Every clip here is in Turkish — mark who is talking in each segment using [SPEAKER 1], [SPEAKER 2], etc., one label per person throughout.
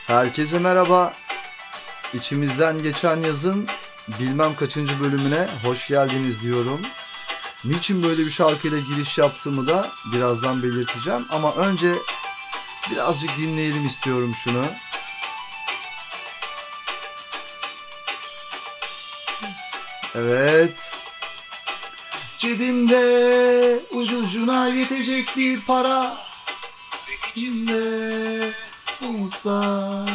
[SPEAKER 1] Herkese merhaba. İçimizden geçen yazın bilmem kaçıncı bölümüne hoş geldiniz diyorum. Niçin böyle bir şarkıyla giriş yaptığımı da birazdan belirteceğim. Ama önce birazcık dinleyelim istiyorum şunu. Evet. Cebimde ucu ucuna yetecek bir para. İçimde umutlar.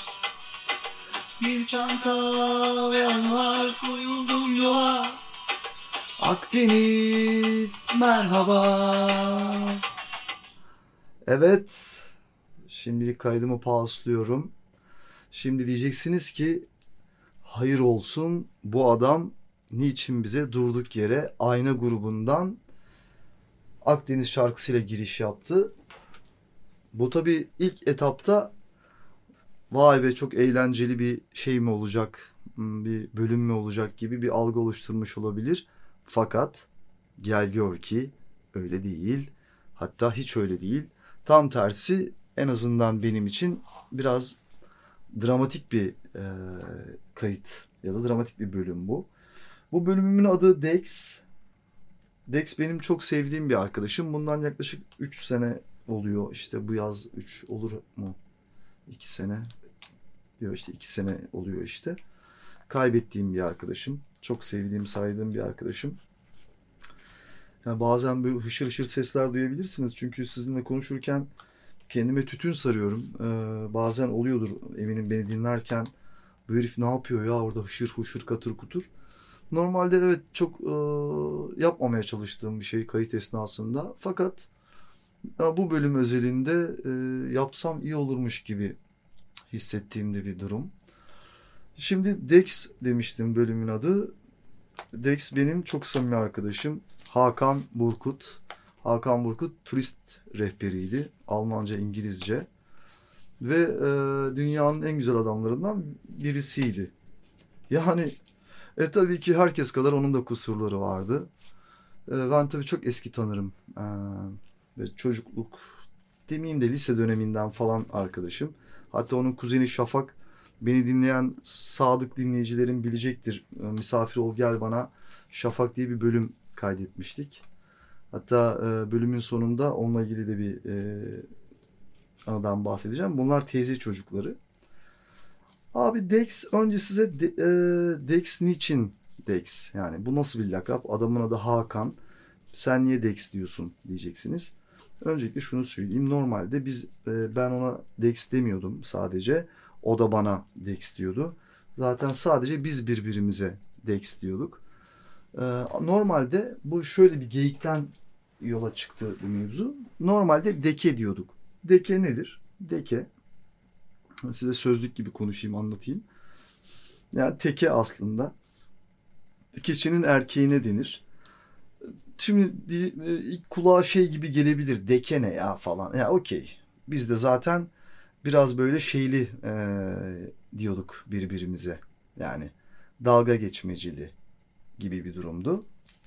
[SPEAKER 1] Bir çanta ve anılar, koyuldum yola. Akdeniz merhaba. Evet. Şimdilik kaydımı pausluyorum. Şimdi diyeceksiniz ki hayır olsun, bu adam niçin bize durduk yere Ayna grubundan Akdeniz şarkısıyla giriş yaptı. Bu tabii ilk etapta vay be çok eğlenceli bir şey mi olacak, bir bölüm mü olacak gibi bir algı oluşturmuş olabilir. Fakat gel gör ki öyle değil. Hatta hiç öyle değil. Tam tersi, en azından benim için biraz dramatik bir kayıt ya da dramatik bir bölüm bu. Bu bölümümün adı Dex. Dex benim çok sevdiğim bir arkadaşım. Bundan yaklaşık 3 sene oluyor. İşte bu yaz 3 olur mu? 2 sene. Diyor işte 2 sene oluyor işte. Kaybettiğim bir arkadaşım. Çok sevdiğim, saydığım bir arkadaşım. Yani bazen böyle hışır hışır sesler duyabilirsiniz. Çünkü sizinle konuşurken kendime tütün sarıyorum. Bazen oluyordur, eminim beni dinlerken. Bu herif ne yapıyor ya orada hışır huşur katır kutur. Normalde evet çok yapmamaya çalıştığım bir şey kayıt esnasında. Fakat bu bölüm özelinde yapsam iyi olurmuş gibi hissettiğimde bir durum. Şimdi Dex demiştim bölümün adı. Dex benim çok samimi arkadaşım. Hakan Burkut. Hakan Burkut turist rehberiydi. Almanca, İngilizce. Ve dünyanın en güzel adamlarından birisiydi. Yani tabii ki herkes kadar onun da kusurları vardı. Ben tabii çok eski tanırım. Ve çocukluk demeyeyim de lise döneminden falan arkadaşım. Hatta onun kuzeni Şafak, beni dinleyen sadık dinleyicilerin bilecektir. Misafir ol gel bana Şafak diye bir bölüm kaydetmiştik. Hatta bölümün sonunda onunla ilgili de bir anıdan bahsedeceğim. Bunlar teyze çocukları. Abi Dex, önce size Dex niçin Dex? Yani bu nasıl bir lakap? Adamın adı Hakan. Sen niye Dex diyorsun diyeceksiniz. Öncelikle şunu söyleyeyim. Normalde ben ona Dex demiyordum sadece. O da bana Dex diyordu. Zaten sadece biz birbirimize Dex diyorduk. Normalde bu şöyle bir geyikten yola çıktı bu mevzu. Normalde Deke diyorduk. Deke nedir? Deke, size sözlük gibi konuşayım, anlatayım. Yani teke aslında. Kişinin erkeğine denir. Şimdi ilk kulağa şey gibi gelebilir. Deke ne ya falan. Ya okey. Biz de zaten biraz böyle şeyli diyorduk birbirimize. Yani dalga geçmecili gibi bir durumdu.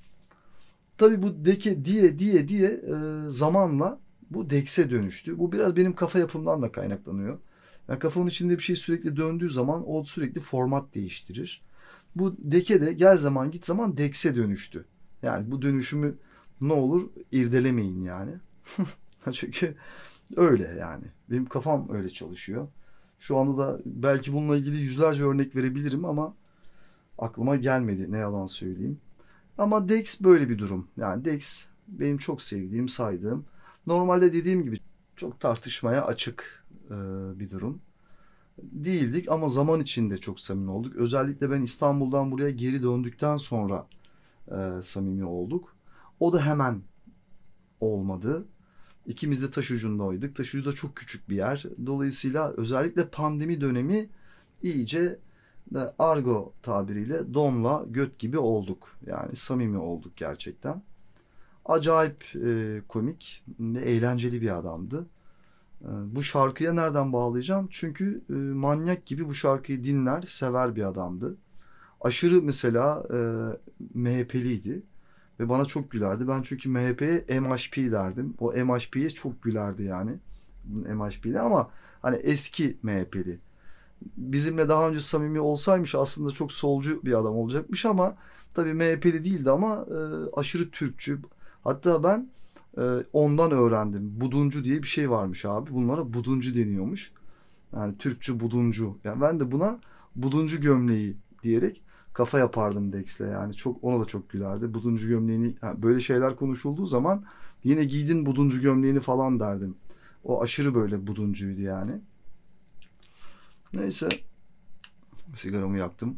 [SPEAKER 1] Tabii bu deke diye zamanla bu dekse dönüştü. Bu biraz benim kafa yapımdan da kaynaklanıyor. Yani kafamın içinde bir şey sürekli döndüğü zaman o sürekli format değiştirir. Bu deke de gel zaman git zaman dekse dönüştü. Yani bu dönüşümü ne olur irdelemeyin yani. Çünkü öyle yani. Benim kafam öyle çalışıyor. Şu anda da belki bununla ilgili yüzlerce örnek verebilirim ama aklıma gelmedi, ne yalan söyleyeyim. Ama Dex böyle bir durum. Yani Dex benim çok sevdiğim, saydığım. Normalde dediğim gibi çok tartışmaya açık bir durum. Değildik ama zaman içinde çok samimi olduk. Özellikle ben İstanbul'dan buraya geri döndükten sonra samimi olduk. O da hemen olmadı. İkimiz de Taşucu'ndaydık. Taşucu da çok küçük bir yer. Dolayısıyla özellikle pandemi dönemi iyice argo tabiriyle donla göt gibi olduk. Yani samimi olduk gerçekten. Acayip komik ve eğlenceli bir adamdı. Bu şarkıya nereden bağlayacağım? Çünkü manyak gibi bu şarkıyı dinler, sever bir adamdı. Aşırı mesela MHP'liydi. Ve bana çok gülerdi. Ben çünkü MHP'ye MHP derdim. O MHP'ye çok gülerdi yani. MHP'li ama Hani eski MHP'li. Bizimle daha önce samimi olsaymış aslında çok solcu bir adam olacakmış ama tabii MHP'li değildi ama aşırı Türkçü. Hatta ben ondan öğrendim. Buduncu diye bir şey varmış abi. Bunlara buduncu deniyormuş. Yani Türkçü buduncu. Yani ben de buna buduncu gömleği diyerek kafa yapardım Dex'le. Yani çok, ona da çok gülerdi. Buduncu gömleğini, yani böyle şeyler konuşulduğu zaman yine giydin buduncu gömleğini falan derdim. O aşırı böyle buduncuydu yani. Neyse, sigaramı yaktım.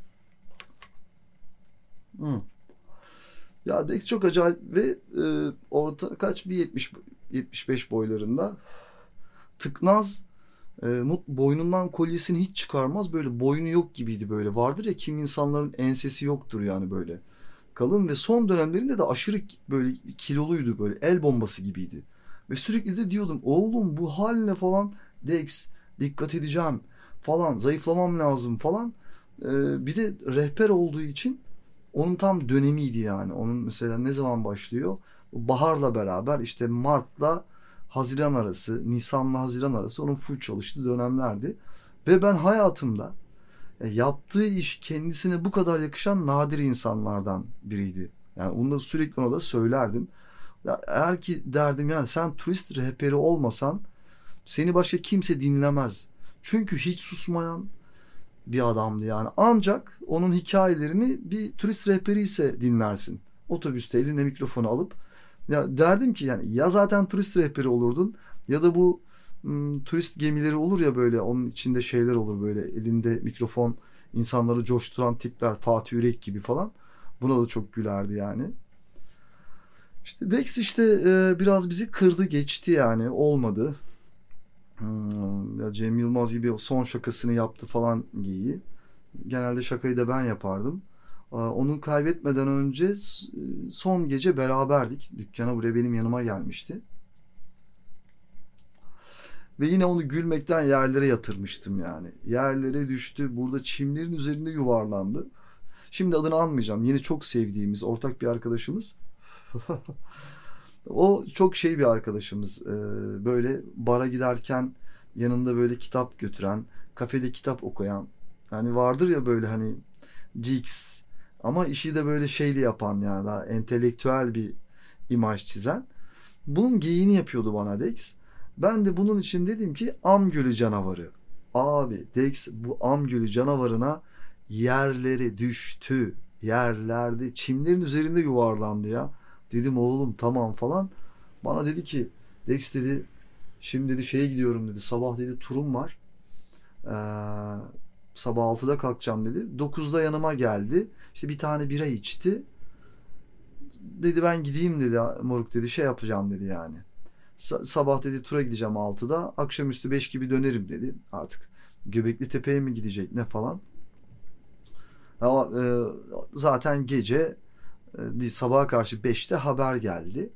[SPEAKER 1] Hı. Ya Dex çok acayip ve orta kaç, bir 75 boylarında, tıknaz, boynundan kolyesini hiç çıkarmaz, böyle boynu yok gibiydi böyle. Vardır ya kim insanların ensesi yoktur yani, böyle kalın ve son dönemlerinde de aşırı böyle kiloluydu, böyle el bombası gibiydi. Ve sürekli de diyordum oğlum bu hal ne falan, Dex dikkat edeceğim falan, zayıflamam lazım falan. Bir de rehber olduğu için onun tam dönemiydi yani. Onun mesela ne zaman başlıyor? Baharla beraber işte Mart'la Haziran arası, Nisan'la Haziran arası onun full çalıştığı dönemlerdi. Ve ben hayatımda yaptığı iş kendisine bu kadar yakışan nadir insanlardan biriydi. Yani onu da sürekli ona da söylerdim. Ya eğer ki derdim, yani sen turist rehberi olmasan seni başka kimse dinlemez. Çünkü hiç susmayan bir adamdı yani. Ancak onun hikayelerini bir turist rehberi ise dinlersin. Otobüste eline mikrofonu alıp, ya derdim ki yani ya zaten turist rehberi olurdun ya da bu turist gemileri olur ya, böyle onun içinde şeyler olur, böyle elinde mikrofon insanları coşturan tipler, Fatih Yürek gibi falan. Buna da çok gülerdi yani. İşte Dex işte biraz bizi kırdı geçti yani, olmadı. Ya Cem Yılmaz gibi o son şakasını yaptı falan geyiği. Genelde şakayı da ben yapardım. Onu kaybetmeden önce son gece beraberdik. Dükkana, buraya benim yanıma gelmişti. Ve yine onu gülmekten yerlere yatırmıştım yani. Yerlere düştü. Burada çimlerin üzerinde yuvarlandı. Şimdi adını anmayacağım. Yine çok sevdiğimiz ortak bir arkadaşımız. O çok şey bir arkadaşımız. Böyle bara giderken yanında böyle kitap götüren, kafede kitap okuyan. Yani vardır ya böyle hani geeks ama işi de böyle şeyli yapan, yani daha entelektüel bir imaj çizen. Bunun geyiğini yapıyordu bana Dex. Ben de bunun için dedim ki Am Gölü canavarı. Abi Dex bu Am Gölü canavarına yerlere düştü. Yerlerde çimlerin üzerinde yuvarlandı ya. Dedim oğlum tamam falan. Bana dedi ki Dex dedi, şimdi dedi şeye gidiyorum dedi. Sabah dedi turum var. Ee, Sabah 6'da kalkacağım dedi. 9'da yanıma geldi. İşte bir tane bira içti. Dedi ben gideyim dedi moruk dedi, şey yapacağım dedi yani. Sabah dedi tura gideceğim 6'da. Akşamüstü 5 gibi dönerim dedi. Artık Göbekli Tepe'ye mi gidecek ne falan. Ama, zaten gece sabaha karşı 5'te haber geldi.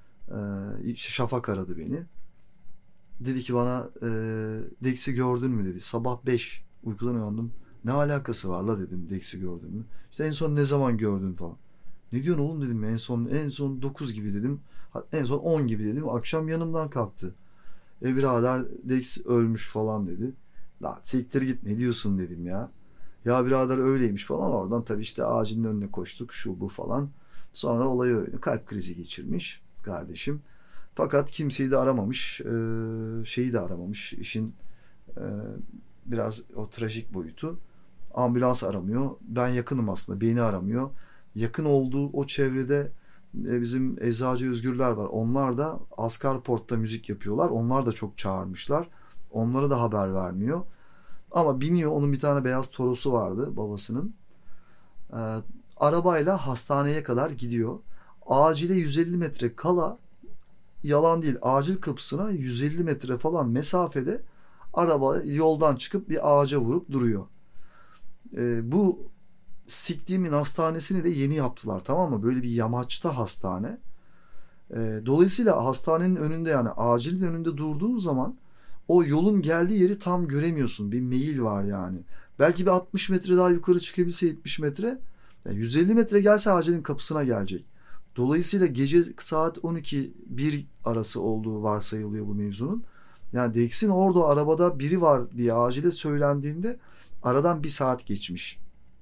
[SPEAKER 1] Şafak aradı beni. Dedi ki bana Dex'i gördün mü dedi. Sabah 5 uykudan uyandım. Ne alakası var la dedim, Dex'i gördün mü? İşte en son ne zaman gördün falan. Ne diyorsun oğlum dedim, en son 9 gibi dedim. En son 10 gibi dedim. Akşam yanımdan kalktı. Birader Dex ölmüş falan dedi. La siktir git, ne diyorsun dedim ya. Ya birader öyleymiş falan, oradan tabii işte acilin önüne koştuk şu bu falan. Sonra olayı öğrendik. Kalp krizi geçirmiş kardeşim. Fakat kimseyi de aramamış. Şeyi de aramamış. İşin e, biraz o trajik boyutu. Ambulans aramıyor. Ben yakınım aslında. Beni aramıyor. Yakın olduğu o çevrede bizim Eczacı Özgürler var. Onlar da Askarport'ta müzik yapıyorlar. Onlar da çok çağırmışlar. Onlara da haber vermiyor. Ama biniyor. Onun bir tane beyaz Toros'u vardı babasının. Ee, Arabayla hastaneye kadar gidiyor. Acile 150 metre kala, yalan değil, acil kapısına 150 metre falan mesafede araba yoldan çıkıp bir ağaca vurup duruyor. Bu siktiğimin hastanesini de yeni yaptılar, tamam mı? Böyle bir yamaçta hastane. Dolayısıyla hastanenin önünde, yani acilin önünde durduğun zaman o yolun geldiği yeri tam göremiyorsun. Bir meyil var yani. Belki bir 60 metre daha yukarı çıkabilse, 70 metre. Yani 150 metre gelse acilin kapısına gelecek. Dolayısıyla gece saat 12-1 arası olduğu varsayılıyor bu mevzunun. Yani Dex'in orada arabada biri var diye acile söylendiğinde aradan 1 saat geçmiş.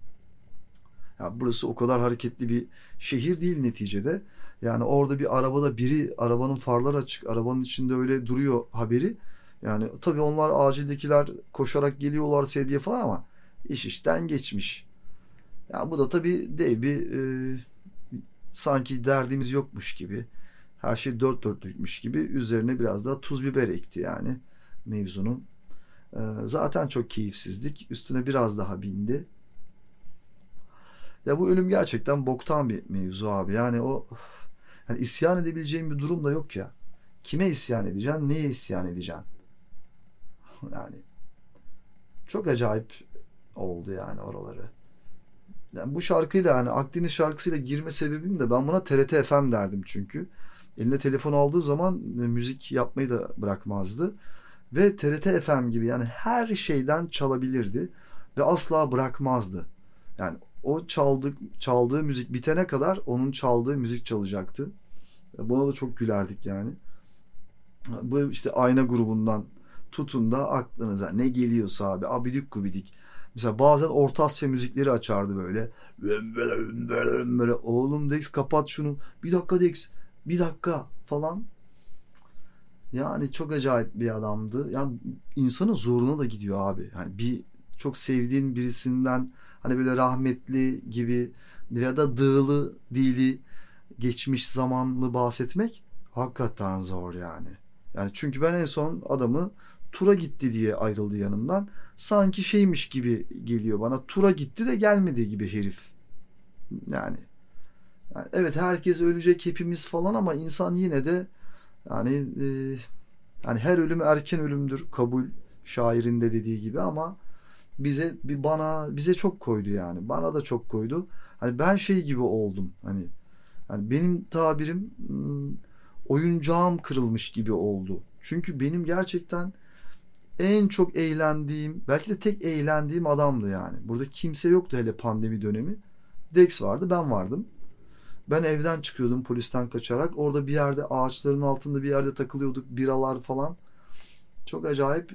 [SPEAKER 1] Ya burası o kadar hareketli bir şehir değil neticede. Yani orada bir arabada biri, arabanın farları açık, arabanın içinde öyle duruyor haberi. Yani tabii onlar acildekiler koşarak geliyorlar sedye falan ama iş işten geçmiş. Ya bu da tabii dev bir sanki derdimiz yokmuş gibi, her şey dört dörtlükmüş gibi üzerine biraz daha tuz biber ekti yani mevzunun. Zaten çok keyifsizdik. Üstüne biraz daha bindi. Ya bu ölüm gerçekten boktan bir mevzu abi. Yani o, yani isyan edebileceğin bir durum da yok ya. Kime isyan edeceksin? Neye isyan edeceksin? Yani çok acayip oldu yani oraları. Yani bu şarkıyla, yani Akdeniz şarkısıyla girme sebebim de, ben buna TRT FM derdim çünkü. Eline telefon aldığı zaman müzik yapmayı da bırakmazdı. Ve TRT FM gibi yani her şeyden çalabilirdi ve asla bırakmazdı. Yani o çaldığı müzik bitene kadar onun çaldığı müzik çalacaktı. Buna da çok gülerdik yani. Bu işte Ayna grubundan tutun da aklınıza ne geliyorsa abi, abidik gubidik. Mesela bazen Orta Asya müzikleri açardı böyle. Böyle oğlum Dex kapat şunu. Bir dakika Dex, bir dakika falan. Yani çok acayip bir adamdı. Yani insanın zoruna da gidiyor abi. Yani bir çok sevdiğin birisinden hani böyle rahmetli gibi ya da dığlı dili geçmiş zamanlı bahsetmek hakikaten zor yani. Yani çünkü ben en son adamı tura gitti diye ayrıldı yanımdan. Sanki şeymiş gibi geliyor bana. Tura gitti de gelmedi gibi herif. Yani, yani evet herkes ölecek hepimiz falan ama insan yine de yani yani her ölüm erken ölümdür kabul, şairin de dediği gibi, ama bize çok koydu yani. Bana da çok koydu. Hani ben şey gibi oldum. Hani benim tabirim oyuncağım kırılmış gibi oldu. Çünkü benim gerçekten en çok eğlendiğim, belki de tek eğlendiğim adamdı yani. Burada kimse yoktu hele pandemi dönemi. Dex vardı, ben vardım. Ben evden çıkıyordum polisten kaçarak. Orada bir yerde, ağaçların altında bir yerde takılıyorduk. Biralar falan. Çok acayip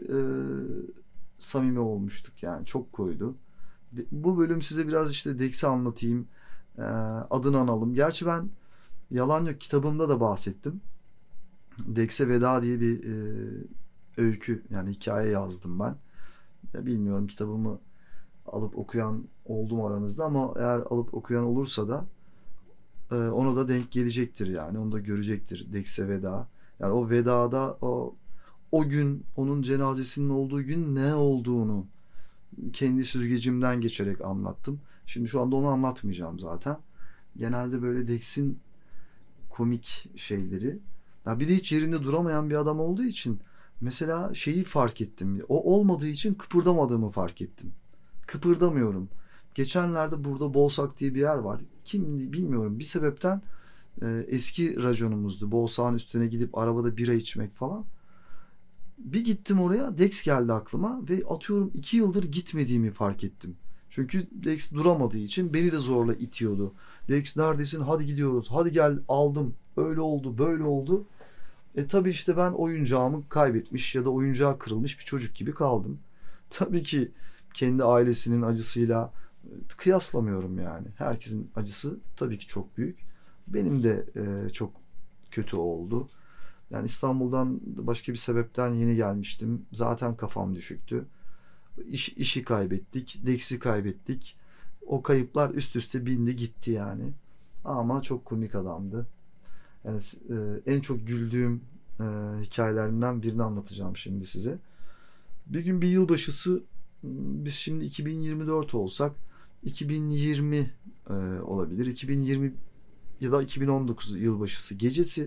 [SPEAKER 1] samimi olmuştuk yani. Çok koydu. Bu bölüm size biraz işte Dex'i anlatayım. Adını analım. Gerçi ben, yalan yok, kitabımda da bahsettim. Dex'e Veda diye bir öykü yani hikaye yazdım ben. Ya bilmiyorum kitabımı alıp okuyan oldu mu aranızda, ama eğer alıp okuyan olursa da ona da denk gelecektir yani. Onu da görecektir Dex'e Veda. Yani o vedada o gün, onun cenazesinin olduğu gün ne olduğunu kendi süzgecimden geçerek anlattım. Şimdi şu anda onu anlatmayacağım zaten. Genelde böyle Dex'in komik şeyleri. Ya bir de hiç yerinde duramayan bir adam olduğu için mesela şeyi fark ettim. O olmadığı için kıpırdamadığımı fark ettim. Kıpırdamıyorum. Geçenlerde burada Bolsak diye bir yer var. Kim bilmiyorum, bir sebepten eski raconumuzdu. Bolsak'ın üstüne gidip arabada bira içmek falan. Bir gittim oraya, Dex geldi aklıma ve atıyorum 2 yıldır gitmediğimi fark ettim. Çünkü Dex duramadığı için beni de zorla itiyordu. Dex neredesin? Hadi gidiyoruz. Hadi gel, aldım. Öyle oldu, böyle oldu. Tabii işte ben oyuncağımı kaybetmiş ya da oyuncağı kırılmış bir çocuk gibi kaldım. Tabii ki kendi ailesinin acısıyla kıyaslamıyorum yani. Herkesin acısı tabii ki çok büyük. Benim de çok kötü oldu. Yani İstanbul'dan başka bir sebepten yeni gelmiştim. Zaten kafam düşüktü. İşi kaybettik, Dex'i kaybettik. O kayıplar üst üste bindi gitti yani. Ama çok komik adamdı. Yani en çok güldüğüm hikayelerinden birini anlatacağım şimdi size. Bir gün bir yılbaşısı, biz şimdi 2024 olsak 2020 olabilir. 2020 ya da 2019 yılbaşısı gecesi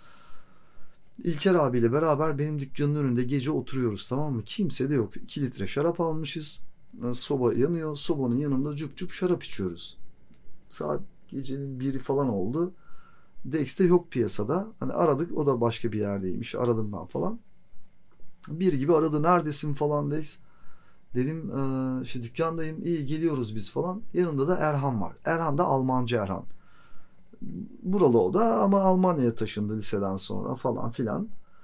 [SPEAKER 1] İlker abiyle beraber benim dükkanın önünde gece oturuyoruz, tamam mı? Kimse de yok. 2 litre şarap almışız. Soba yanıyor. Sobanın yanında cup cup şarap içiyoruz. Saat gecenin 1'i falan oldu. Dex de yok piyasada. Hani aradık, o da başka bir yerdeymiş. Aradım ben falan. Bir gibi aradı, neredesin falan Dex. Dedim işte dükkandayım, iyi geliyoruz biz falan. Yanında da Erhan var. Erhan da Almancı Erhan. Buralı o da ama Almanya'ya taşındı liseden sonra falan filan.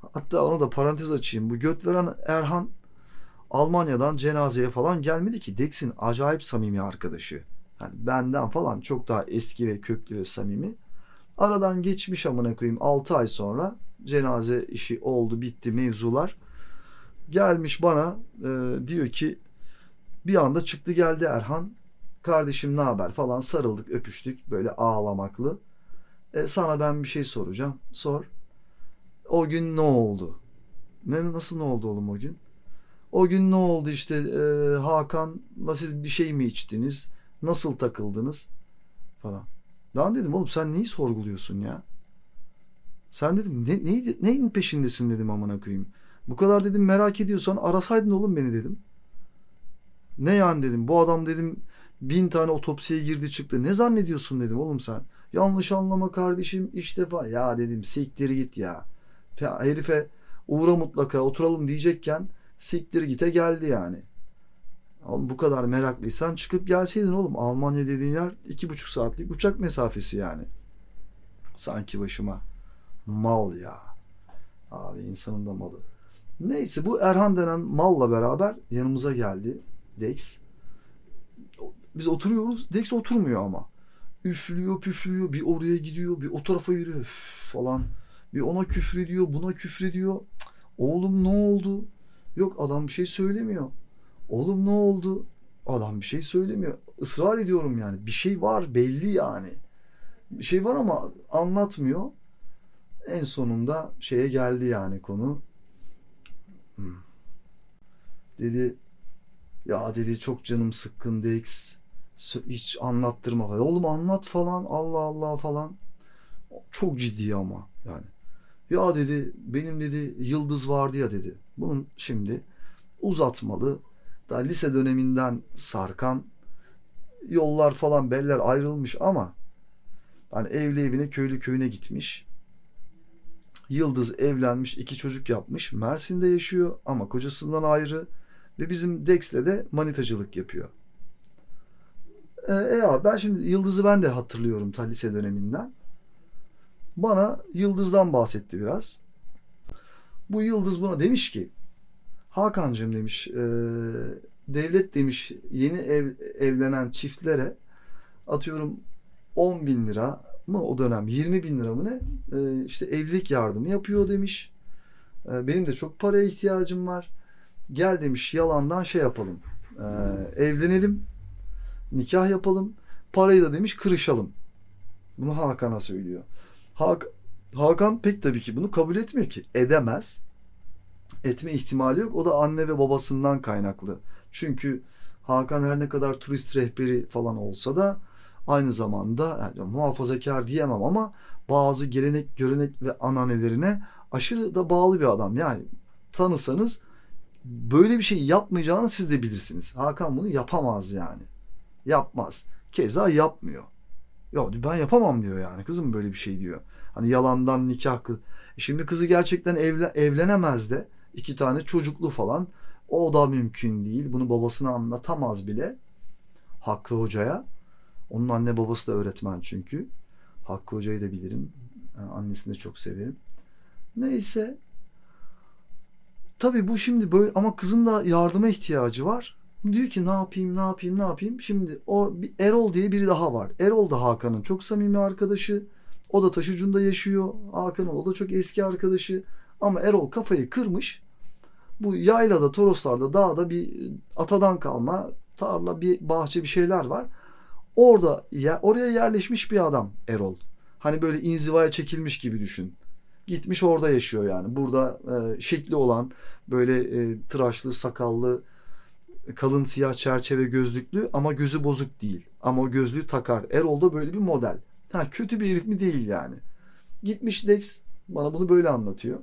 [SPEAKER 1] Hatta onu da parantez açayım. Bu göt veren Erhan Almanya'dan cenazeye falan gelmedi ki. Dex'in acayip samimi arkadaşı. Yani benden falan çok daha eski ve köklü ve samimi. Aradan geçmiş amına koyayım 6 ay sonra cenaze işi oldu, bitti mevzular. Gelmiş bana diyor ki bir anda çıktı geldi Erhan. Kardeşim ne haber falan, sarıldık öpüştük böyle ağlamaklı. Sana ben bir şey soracağım. Sor. O gün ne oldu? Nasıl ne oldu oğlum o gün? O gün ne oldu işte Hakan'la siz bir şey mi içtiniz? Nasıl takıldınız? Falan. Ben dedim oğlum sen neyi sorguluyorsun ya? Sen dedim neyin peşindesin dedim amına koyayım. Bu kadar dedim merak ediyorsan arasaydın oğlum beni dedim. Ne yani dedim, bu adam dedim 1000 tane otopsiye girdi çıktı. Ne zannediyorsun dedim oğlum sen. Yanlış anlama kardeşim işte falan. Ya dedim siktir git ya. Herife uğra mutlaka oturalım diyecekken siktir gite geldi yani. Oğlum bu kadar meraklıysan çıkıp gelseydin oğlum. Almanya dediğin yer 2,5 saatlik uçak mesafesi yani. Sanki başıma mal ya. Abi insanın da malı. Neyse bu Erhan denen malla beraber yanımıza geldi Dex. Biz oturuyoruz. Dex oturmuyor ama. Üflüyor püflüyor. Bir oraya gidiyor. Bir o tarafa yürüyor. Üf falan. Bir ona küfrediyor. Buna küfrediyor. Oğlum ne oldu? Yok adam bir şey söylemiyor. Oğlum ne oldu? Adam bir şey söylemiyor. Israr ediyorum yani. Bir şey var belli yani. Bir şey var ama anlatmıyor. En sonunda şeye geldi yani konu. Dedi ya dedi çok canım sıkkın Dex. Hiç anlattırma. Oğlum anlat falan. Allah Allah falan. Çok ciddi ama yani. Ya dedi benim dedi Yıldız vardı ya dedi. Bunun şimdi uzatmalı. Daha lise döneminden sarkan yollar falan beller ayrılmış ama hani evli evine köylü köyüne gitmiş. Yıldız evlenmiş, 2 çocuk yapmış. Mersin'de yaşıyor ama kocasından ayrı ve bizim Dex'le de manitacılık yapıyor. Ya ben şimdi Yıldız'ı ben de hatırlıyorum ta lise döneminden. Bana Yıldız'dan bahsetti biraz. Bu Yıldız buna demiş ki Hakan'cığım demiş devlet demiş yeni evlenen çiftlere atıyorum 10 bin lira mı o dönem 20 bin lira mı ne işte evlilik yardımı yapıyor demiş. Benim de çok paraya ihtiyacım var. Gel demiş yalandan şey yapalım. Evlenelim. Nikah yapalım. Parayı da demiş kırışalım. Bunu Hakan'a söylüyor. Hakan pek tabii ki bunu kabul etmiyor ki. Edemez. Etme ihtimali yok. O da anne ve babasından kaynaklı. Çünkü Hakan her ne kadar turist rehberi falan olsa da aynı zamanda yani muhafazakar diyemem ama bazı gelenek, görenek ve ananelerine aşırı da bağlı bir adam. Yani tanısanız böyle bir şey yapmayacağını siz de bilirsiniz. Hakan bunu yapamaz yani. Yapmaz. Keza yapmıyor. Ya ben yapamam diyor yani. Kızım böyle bir şey diyor. Hani yalandan nikah kız. Şimdi kızı gerçekten evlenemez de 2 tane çocuklu falan. O da mümkün değil. Bunu babasına anlatamaz bile. Hakkı Hoca'ya. Onun anne babası da öğretmen çünkü. Hakkı Hoca'yı da bilirim. Yani annesini de çok severim. Neyse. Tabii bu şimdi böyle ama kızın da yardıma ihtiyacı var. Diyor ki ne yapayım. Şimdi bir Erol diye biri daha var. Erol da Hakan'ın çok samimi arkadaşı. O da Taşucu'nda yaşıyor. Hakan'ın o da çok eski arkadaşı. Ama Erol kafayı kırmış. Bu yaylada, Toroslar'da, dağda bir atadan kalma tarla, bir bahçe bir şeyler var. Oraya yerleşmiş bir adam Erol. Hani böyle inzivaya çekilmiş gibi düşün. Gitmiş orada yaşıyor yani. Burada şekli olan böyle tıraşlı, sakallı, kalın siyah çerçeve gözlüklü ama gözü bozuk değil. Ama o gözlüğü takar. Erol da böyle bir model. Kötü bir herif mi değil yani. Gitmiş Dex bana bunu böyle anlatıyor.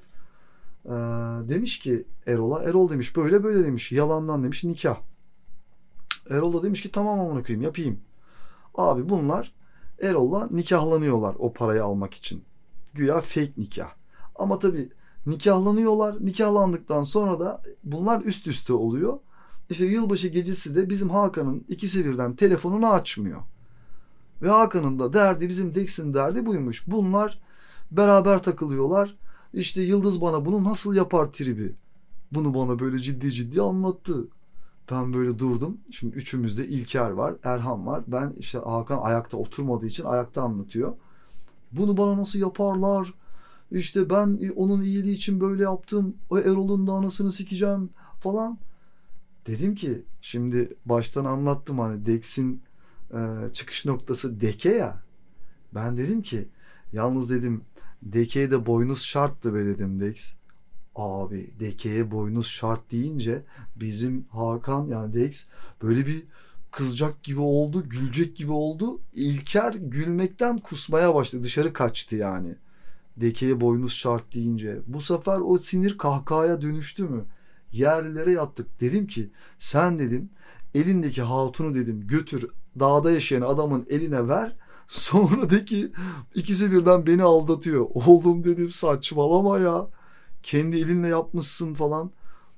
[SPEAKER 1] Demiş ki Erol'a, Erol demiş böyle böyle demiş. Yalandan demiş nikah. Erol da demiş ki tamam amına koyayım yapayım. Abi bunlar Erol'la nikahlanıyorlar o parayı almak için. Güya fake nikah. Ama tabii nikahlanıyorlar. Nikahlandıktan sonra da bunlar üst üste oluyor. İşte yılbaşı gecesi de bizim Hakan'ın ikisi birden telefonunu açmıyor. Ve Hakan'ın da derdi bizim Dex'in derdi buymuş. Bunlar beraber takılıyorlar. İşte Yıldız bana bunu nasıl yapar tribi. Bunu bana böyle ciddi ciddi anlattı. Ben böyle durdum. Şimdi üçümüzde İlker var, Erhan var. Ben işte Hakan ayakta oturmadığı için ayakta anlatıyor. Bunu bana nasıl yaparlar? İşte ben onun iyiliği için böyle yaptım. O Erol'un da anasını sikeceğim falan. Dedim ki şimdi baştan anlattım hani Dex'in çıkış noktası Deke ya. Ben dedim ki yalnız dedim Deke'ye de boynuz şarttı be dedim Dex. Abi Deke'ye boynuz şart deyince bizim Hakan yani Dex böyle bir kızacak gibi oldu, gülecek gibi oldu. İlker gülmekten kusmaya başladı. Dışarı kaçtı yani. Deke'ye boynuz şart deyince. Bu sefer o sinir kahkahaya dönüştü mü? Yerlere yattık. Dedim ki sen dedim elindeki hatunu dedim götür dağda yaşayan adamın eline ver. Sonra de ki ikisi birden beni aldatıyor. Oğlum dedim saçmalama ya. Kendi elinle yapmışsın falan.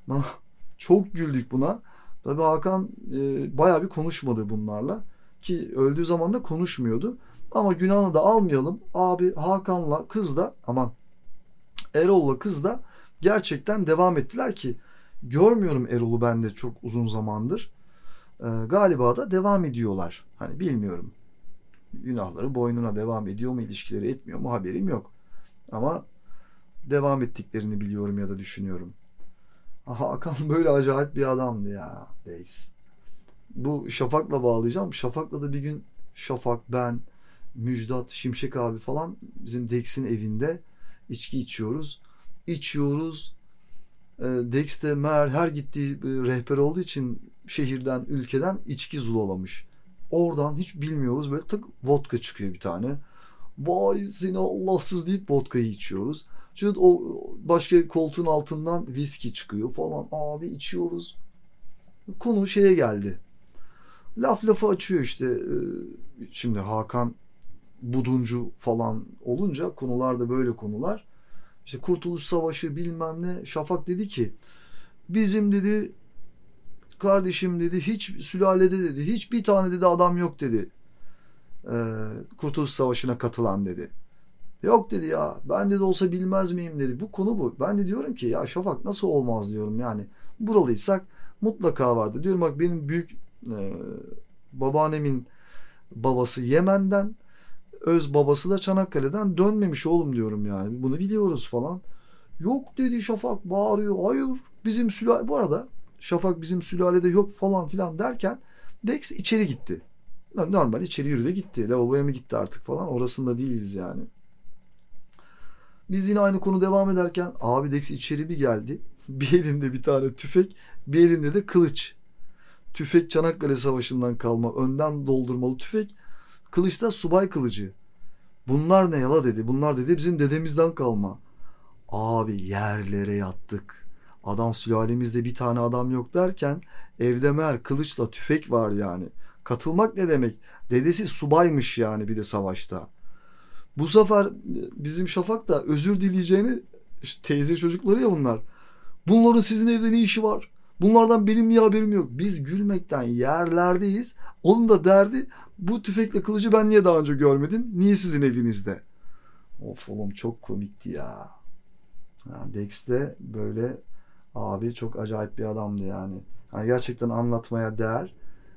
[SPEAKER 1] Çok güldük buna. Tabii Hakan bayağı bir konuşmadı bunlarla. Ki öldüğü zaman da konuşmuyordu. Ama günahını da almayalım. Abi Hakan'la kız da aman Erol'la kız da gerçekten devam ettiler ki görmüyorum Erol'u ben de çok uzun zamandır. Galiba da devam ediyorlar. Hani bilmiyorum. Günahları boynuna devam ediyor mu, ilişkileri etmiyor mu haberim yok. Ama devam ettiklerini biliyorum ya da düşünüyorum. Hakan böyle acayip bir adamdı ya Reis. Bu Şafak'la bağlayacağım. Şafak'la da bir gün Şafak, ben, Müjdat, Şimşek abi falan bizim Dex'in evinde içki içiyoruz. İçiyoruz. Dex de meğer her gittiği rehber olduğu için şehirden, ülkeden içki zulalamış. Oradan hiç bilmiyoruz böyle tık vodka çıkıyor bir tane. Vay seni Allahsız deyip vodkayı içiyoruz. Çünkü o başka koltuğun altından viski çıkıyor falan. Abi içiyoruz. Konu şeye geldi. Laf lafı açıyor işte. Şimdi Hakan buduncu falan olunca konular da böyle konular. İşte Kurtuluş Savaşı bilmem ne. Şafak dedi ki bizim dedi kardeşim dedi hiç sülalede dedi hiçbir tane dedi adam yok dedi. Kurtuluş Savaşı'na katılan dedi. Yok dedi ya ben de olsa bilmez miyim dedi. Bu konu bu. Ben de diyorum ki ya Şafak nasıl olmaz diyorum yani. Buralıysak mutlaka vardı. Diyorum bak benim büyük babaannemin babası Yemen'den, öz babası da Çanakkale'den dönmemiş oğlum diyorum yani. Bunu biliyoruz falan. Yok dedi Şafak bağırıyor. Hayır bizim sülale bu arada Şafak bizim sülalede yok falan filan derken Dex içeri gitti. Normal içeri yürüdü gitti. Lavaboya mı gitti artık falan orasında değiliz yani. Biz yine aynı konu devam ederken abi Dex içeri bir geldi. Bir elinde bir tane tüfek, bir elinde de kılıç. Tüfek Çanakkale Savaşı'ndan kalma önden doldurmalı tüfek. Kılıç da subay kılıcı. Bunlar ne yala dedi. Bunlar dedi bizim dedemizden kalma. Abi yerlere yattık. Adam sülalemizde bir tane adam yok derken evde meğer kılıçla tüfek var yani. Katılmak ne demek? Dedesi subaymış yani bir de savaşta. Bu sefer bizim Şafak da özür dileyeceğini işte teyze çocukları ya bunlar. Bunların sizin evde ne işi var? Bunlardan benim niye haberim yok? Biz gülmekten yerlerdeyiz. Onun da derdi bu tüfekle kılıcı ben niye daha önce görmedim? Niye sizin evinizde? Of oğlum çok komikti ya. Yani Dex de böyle abi çok acayip bir adamdı yani. Yani gerçekten anlatmaya değer.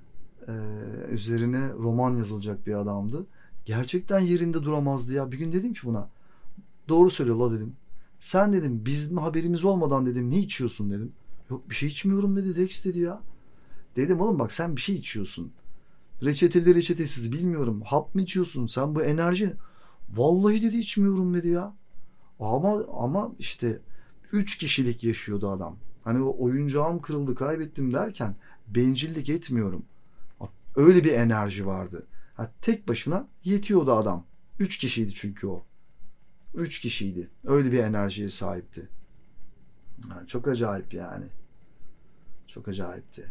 [SPEAKER 1] Üzerine roman yazılacak bir adamdı. Gerçekten yerinde duramazdı ya. Bir gün dedim ki buna. Doğru söyle la dedim. Sen dedim bizim haberimiz olmadan dedim ne içiyorsun dedim. Yok bir şey içmiyorum dedi Dex dedi ya. Dedim oğlum bak sen bir şey içiyorsun. Reçeteli reçetesiz bilmiyorum. Hap mı içiyorsun sen bu enerji? Vallahi dedi içmiyorum dedi ya. Ama işte 3 kişilik yaşıyordu adam. Hani o oyuncağım kırıldı kaybettim derken bencillik etmiyorum. Öyle bir enerji vardı. Ha, tek başına yetiyordu adam. 3 kişiydi çünkü o. 3 kişiydi. Öyle bir enerjiye sahipti. Ha, çok acayip yani. Çok acayipti.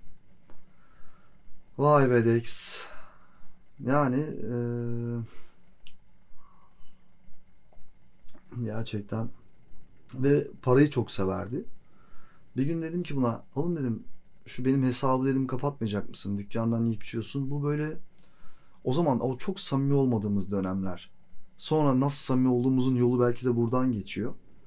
[SPEAKER 1] Vay be Dex. Yani gerçekten ve parayı çok severdi. Bir gün dedim ki buna oğlum dedim şu benim hesabı dedim kapatmayacak mısın? Dükkandan yiyip içiyorsun. Bu böyle o zaman o çok samimi olmadığımız dönemler. Sonra nasıl samimi olduğumuzun yolu belki de buradan geçiyor.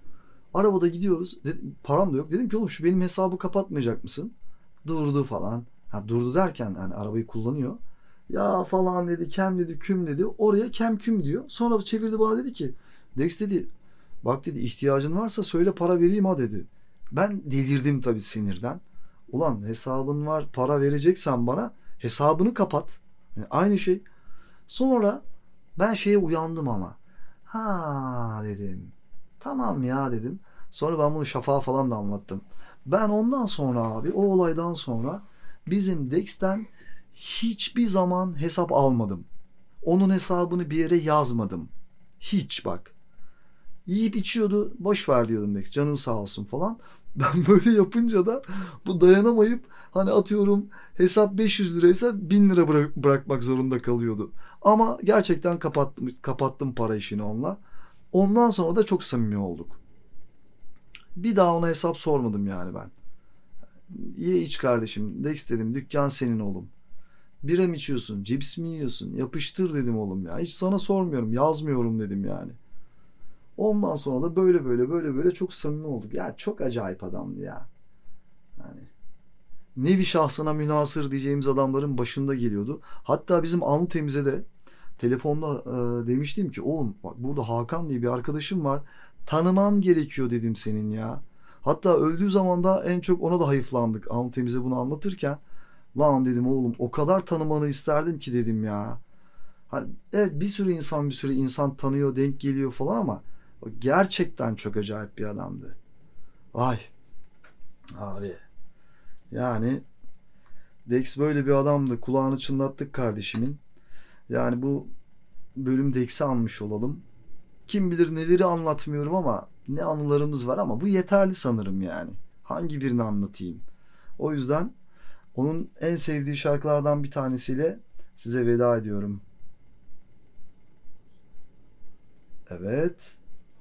[SPEAKER 1] Arabada gidiyoruz. Param da yok. Dedim ki oğlum şu benim hesabı kapatmayacak mısın? Durdu falan. Ha, durdu derken hani arabayı kullanıyor. Ya falan dedi, kem dedi, küm dedi. Oraya kem küm diyor. Sonra çevirdi bana dedi ki Dex dedi bak dedi ihtiyacın varsa söyle para vereyim ha dedi. Ben delirdim tabii sinirden. Ulan hesabın var para vereceksen bana hesabını kapat. Yani aynı şey. Sonra ben şeye uyandım ama. Ha dedim. Tamam ya dedim. Sonra ben bunu Şafak'a falan da anlattım. Ben ondan sonra abi o olaydan sonra bizim Dex'ten hiçbir zaman hesap almadım. Onun hesabını bir yere yazmadım. Hiç bak. Yiyip içiyordu. Boş ver diyordum Dex. Canın sağ olsun falan. Ben böyle yapınca da bu dayanamayıp hani atıyorum hesap 500 liraysa 1000 lira bırakmak zorunda kalıyordu. Ama gerçekten kapattım para işini onunla. Ondan sonra da çok samimi olduk. Bir daha ona hesap sormadım yani ben. Ye iç kardeşim. Dex dedim dükkan senin oğlum. Bira mı içiyorsun? Cips mi yiyorsun? Yapıştır dedim oğlum ya. Hiç sana sormuyorum. Yazmıyorum dedim yani. Ondan sonra da böyle çok samimi olduk. Ya çok acayip adamdı ya. Yani nevi şahsına münhasır diyeceğimiz adamların başında geliyordu. Hatta bizim Anlı Temiz'e de telefonda demiştim ki oğlum bak burada Hakan diye bir arkadaşım var. Tanıman gerekiyor dedim senin ya. Hatta öldüğü zaman da en çok ona da hayıflandık. Anlı Temiz'e bunu anlatırken. Lan dedim oğlum o kadar tanımanı isterdim ki dedim ya. Hani, evet bir sürü insan tanıyor denk geliyor falan ama o gerçekten çok acayip bir adamdı. Vay abi yani Dex böyle bir adamdı. Kulağını çınlattık kardeşimin. Yani bu bölüm Dex'i anmış olalım. Kim bilir neleri anlatmıyorum ama ne anılarımız var ama bu yeterli sanırım yani. Hangi birini anlatayım? O yüzden onun en sevdiği şarkılardan bir tanesiyle size veda ediyorum. Evet.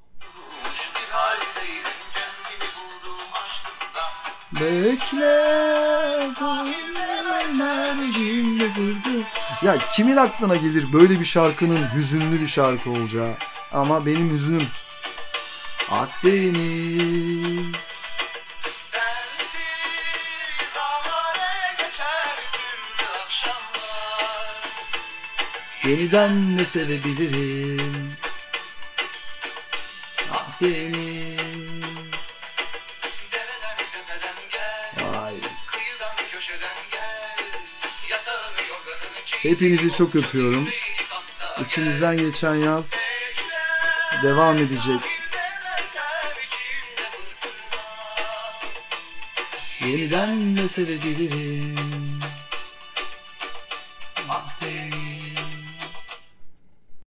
[SPEAKER 1] Bekle mercimle vurdu. Ya kimin aklına gelir böyle bir şarkının hüzünlü bir şarkı olacağı? Ama benim hüzünüm Akdeniz. Yeniden ne sevebilirim? Akdeniz. Vay. Hepinizi çok öpüyorum. İçimizden geçen yaz devam edecek. Yeniden ne sevebilirim? Akdeniz.